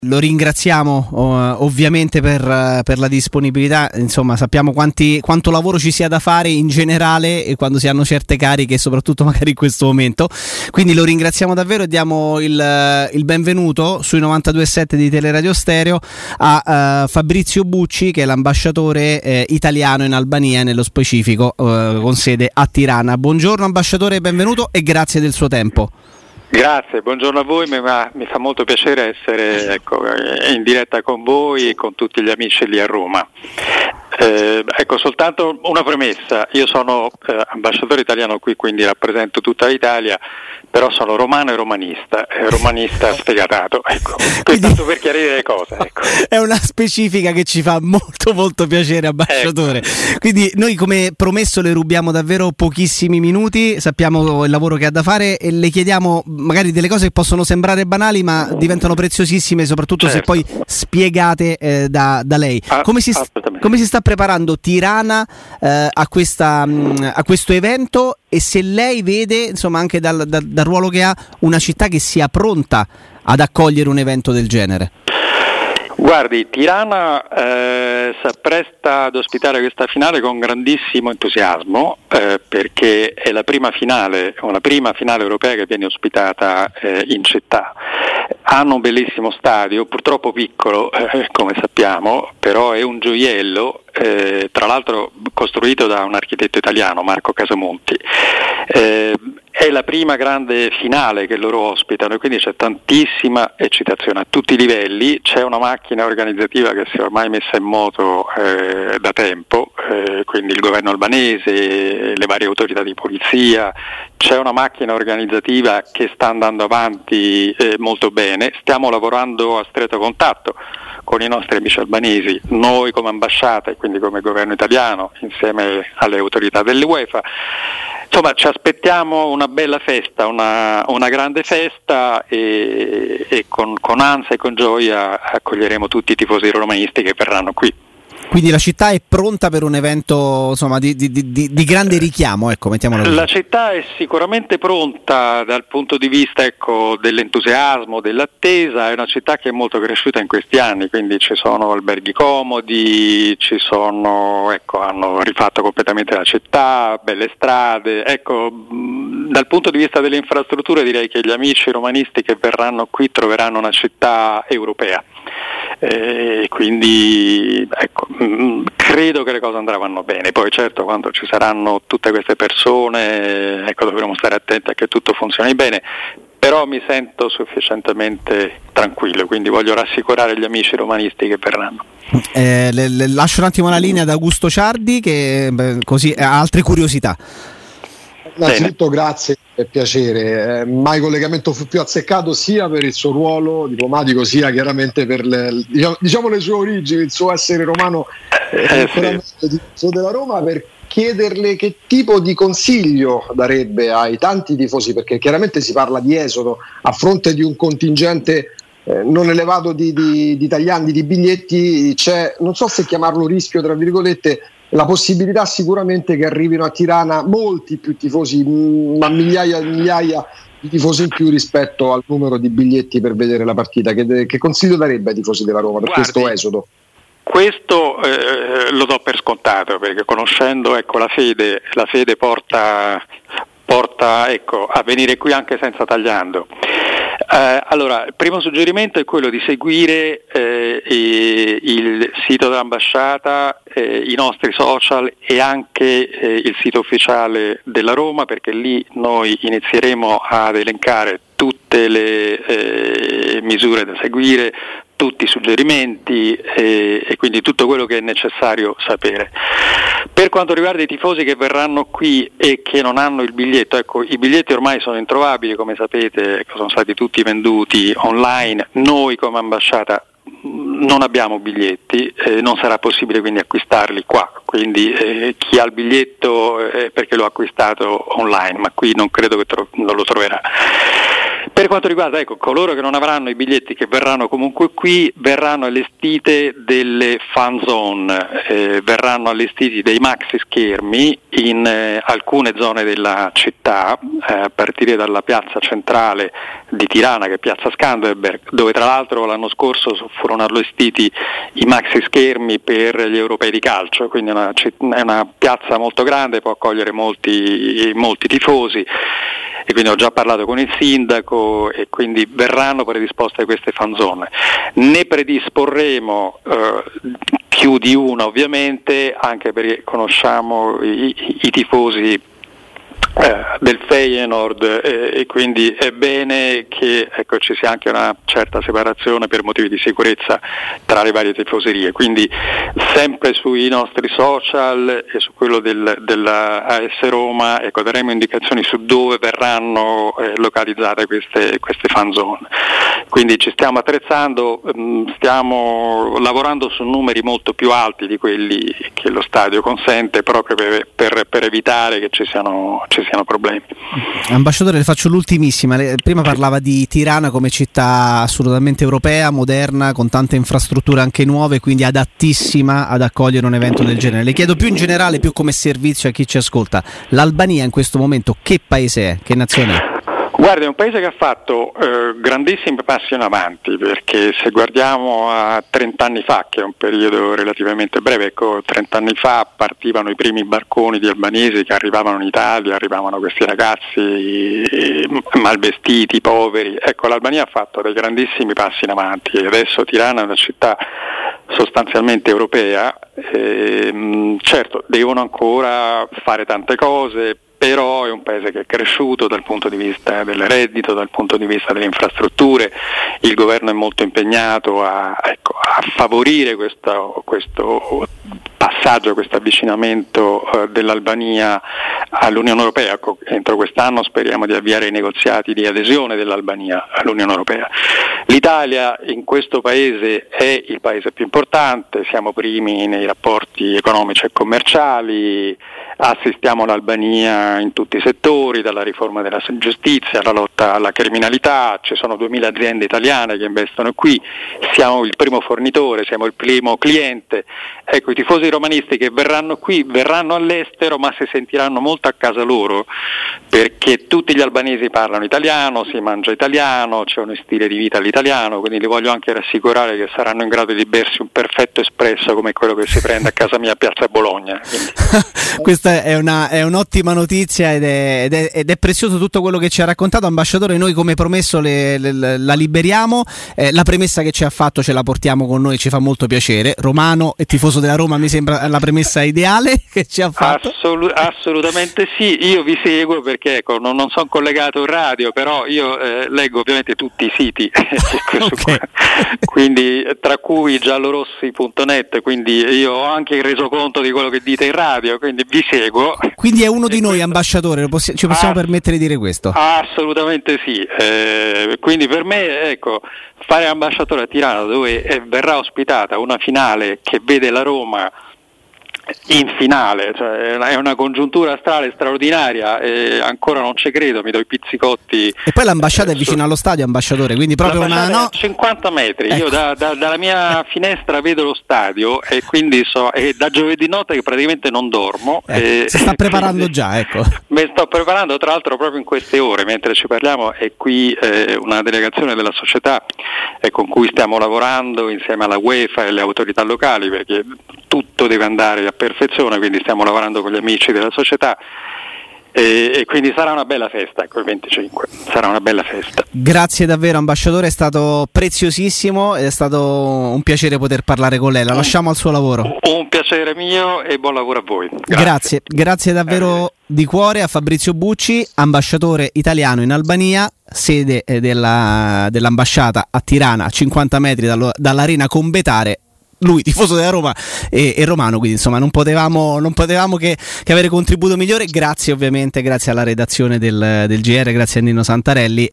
Lo ringraziamo ovviamente per la disponibilità, insomma sappiamo quanto lavoro ci sia da fare in generale e quando si hanno certe cariche, soprattutto magari in questo momento, quindi lo ringraziamo davvero e diamo il benvenuto sui 92.7 di Teleradio Stereo a Fabrizio Bucci, che è l'ambasciatore italiano in Albania, nello specifico con sede a Tirana. Buongiorno ambasciatore, benvenuto e grazie del suo tempo. Grazie, buongiorno a voi, mi fa molto piacere essere in diretta con voi e con tutti gli amici lì a Roma. Soltanto una premessa, io sono ambasciatore italiano qui, quindi rappresento tutta l'Italia, però sono romano e romanista sfegatato, quindi, tanto per chiarire le cose. È una specifica che ci fa molto molto piacere, ambasciatore. Quindi noi, come promesso, le rubiamo davvero pochissimi minuti, sappiamo il lavoro che ha da fare e le chiediamo magari delle cose che possono sembrare banali ma diventano preziosissime, soprattutto se poi spiegate da lei. Come si sta preparando Tirana a questo evento, e se lei vede, insomma, anche dal ruolo che ha, una città che sia pronta ad accogliere un evento del genere? Guardi, Tirana si appresta ad ospitare questa finale con grandissimo entusiasmo, perché è la prima finale europea che viene ospitata in città. Hanno un bellissimo stadio, purtroppo piccolo, come sappiamo, però è un gioiello, tra l'altro costruito da un architetto italiano, Marco Casamonti. È la prima grande finale che loro ospitano e quindi c'è tantissima eccitazione a tutti i livelli. C'è una macchina organizzativa che si è ormai messa in moto da tempo, quindi il governo albanese, le varie autorità di polizia. C'è una macchina organizzativa che sta andando avanti molto bene. Stiamo lavorando a stretto contatto con i nostri amici albanesi, noi come ambasciata e quindi come governo italiano, insieme alle autorità dell'UEFA. Insomma, ci aspettiamo una bella festa, una grande festa, e con ansia e con gioia accoglieremo tutti i tifosi romanisti che verranno qui. Quindi la città è pronta per un evento, insomma, di grande richiamo, mettiamolo così. La città è sicuramente pronta dal punto di vista dell'entusiasmo, dell'attesa. È una città che è molto cresciuta in questi anni, quindi ci sono alberghi comodi, hanno rifatto completamente la città, belle strade. Dal punto di vista delle infrastrutture direi che gli amici romanisti che verranno qui troveranno una città europea. Quindi credo che le cose andranno bene. Poi certo, quando ci saranno tutte queste persone, dovremo stare attenti a che tutto funzioni bene, però mi sento sufficientemente tranquillo, quindi voglio rassicurare gli amici romanisti che verranno. Le lascio un attimo la linea ad Augusto Ciardi, che così ha altre curiosità. Innanzitutto grazie, è piacere, ma il collegamento fu più azzeccato sia per il suo ruolo diplomatico sia chiaramente per le sue origini, il suo essere romano, della Roma, per chiederle che tipo di consiglio darebbe ai tanti tifosi, perché chiaramente si parla di esodo a fronte di un contingente non elevato di italiani, di biglietti. C'è, non so se chiamarlo rischio tra virgolette, la possibilità sicuramente che arrivino a Tirana molti più tifosi, ma migliaia e migliaia di tifosi in più rispetto al numero di biglietti per vedere la partita. Che consiglio darebbe ai tifosi della Roma per questo esodo? Questo lo do per scontato, perché conoscendo la fede porta a venire qui anche senza tagliando. Allora, il primo suggerimento è quello di seguire il sito dell'ambasciata, i nostri social e anche il sito ufficiale della Roma, perché lì noi inizieremo ad elencare tutte le misure da seguire, tutti i suggerimenti e quindi tutto quello che è necessario sapere. Per quanto riguarda i tifosi che verranno qui e che non hanno il biglietto, i biglietti ormai sono introvabili, come sapete, sono stati tutti venduti online. Noi come ambasciata non abbiamo biglietti, non sarà possibile quindi acquistarli qua, quindi chi ha il biglietto è perché lo ha acquistato online, ma qui non credo che non lo troverà. Per quanto riguarda coloro che non avranno i biglietti, che verranno comunque qui, verranno allestite delle fan zone, verranno allestiti dei maxi schermi in alcune zone della città, a partire dalla piazza centrale di Tirana, che è piazza Skanderberg, dove tra l'altro l'anno scorso furono allestiti i maxi schermi per gli europei di calcio, quindi è una piazza molto grande, può accogliere molti tifosi, e quindi ho già parlato con il sindaco e quindi verranno predisposte queste fan zone. Ne predisporremo più di una, ovviamente, anche perché conosciamo i tifosi del Feyenoord, e quindi è bene che ci sia anche una certa separazione per motivi di sicurezza tra le varie tifoserie, quindi sempre sui nostri social e su quello della AS Roma daremo indicazioni su dove verranno localizzate queste fan zone. Quindi ci stiamo attrezzando, stiamo lavorando su numeri molto più alti di quelli che lo stadio consente, proprio per evitare che ci siano problemi. Ambasciatore, le faccio l'ultimissima. Prima parlava di Tirana come città assolutamente europea, moderna, con tante infrastrutture anche nuove, quindi adattissima ad accogliere un evento del genere. Le chiedo più in generale, più come servizio a chi ci ascolta, l'Albania in questo momento che paese è? Che nazione è? Guarda, è un paese che ha fatto grandissimi passi in avanti, perché se guardiamo a 30 anni fa, che è un periodo relativamente breve, 30 anni fa partivano i primi barconi di albanesi che arrivavano in Italia, arrivavano questi ragazzi malvestiti, poveri. L'Albania ha fatto dei grandissimi passi in avanti e adesso Tirana è una città sostanzialmente europea. Certo, devono ancora fare tante cose, però è un paese che è cresciuto dal punto di vista del reddito, dal punto di vista delle infrastrutture. Il governo è molto impegnato a favorire questo passaggio, questo avvicinamento dell'Albania all'Unione Europea. Entro quest'anno speriamo di avviare i negoziati di adesione dell'Albania all'Unione Europea. L'Italia in questo paese è il paese più importante, siamo primi nei rapporti economici e commerciali, assistiamo l'Albania in tutti i settori, dalla riforma della giustizia alla lotta alla criminalità. Ci sono 2000 aziende italiane che investono qui, siamo il primo fornitore, siamo il primo cliente. I tifosi romanisti che verranno qui verranno all'estero, ma si sentiranno molto a casa loro, perché tutti gli albanesi parlano italiano, si mangia italiano, c'è uno stile di vita all'italiano, quindi li voglio anche rassicurare che saranno in grado di bersi un perfetto espresso come quello che si prende a casa mia a Piazza Bologna. Questa è un'ottima notizia ed è prezioso tutto quello che ci ha raccontato, ambasciatore. Noi come promesso la liberiamo, la premessa che ci ha fatto ce la portiamo con noi, ci fa molto piacere. Romano e tifoso della Roma mi sembra la premessa ideale che ci ha fatto. Assolutamente sì, io vi seguo perché non sono collegato in radio, però io leggo ovviamente tutti i siti okay. Quindi tra cui giallorossi.net, quindi io ho anche il resoconto di quello che dite in radio, quindi vi seguo. Quindi è uno di noi, ambasciatore, ci possiamo permettere di dire questo? Assolutamente sì, quindi per me fare ambasciatore a Tirana, dove verrà ospitata una finale che vede la Roma in finale, cioè è una congiuntura astrale straordinaria, e ancora non ci credo, mi do i pizzicotti. E poi l'ambasciata è vicino allo stadio, ambasciatore, quindi proprio a 50 metri, io dalla mia finestra vedo lo stadio, e quindi è da giovedì notte che praticamente non dormo. Si sta preparando già, Mi sto preparando, tra l'altro proprio in queste ore, mentre ci parliamo, è qui una delegazione della società con cui stiamo lavorando insieme alla UEFA e alle autorità locali, perché tutto deve andare a perfezione, quindi stiamo lavorando con gli amici della società e quindi sarà una bella festa, il 25, sarà una bella festa. Grazie davvero, ambasciatore, è stato preziosissimo ed è stato un piacere poter parlare con lei. La lasciamo al suo lavoro. Un piacere mio e buon lavoro a voi. Grazie davvero di cuore a Fabrizio Bucci, ambasciatore italiano in Albania, sede dell'ambasciata a Tirana, a 50 metri dall'arena Combetare. Lui tifoso della Roma e romano, quindi insomma non potevamo che avere contributo migliore. Grazie ovviamente, grazie alla redazione del GR, grazie a Nino Santarelli.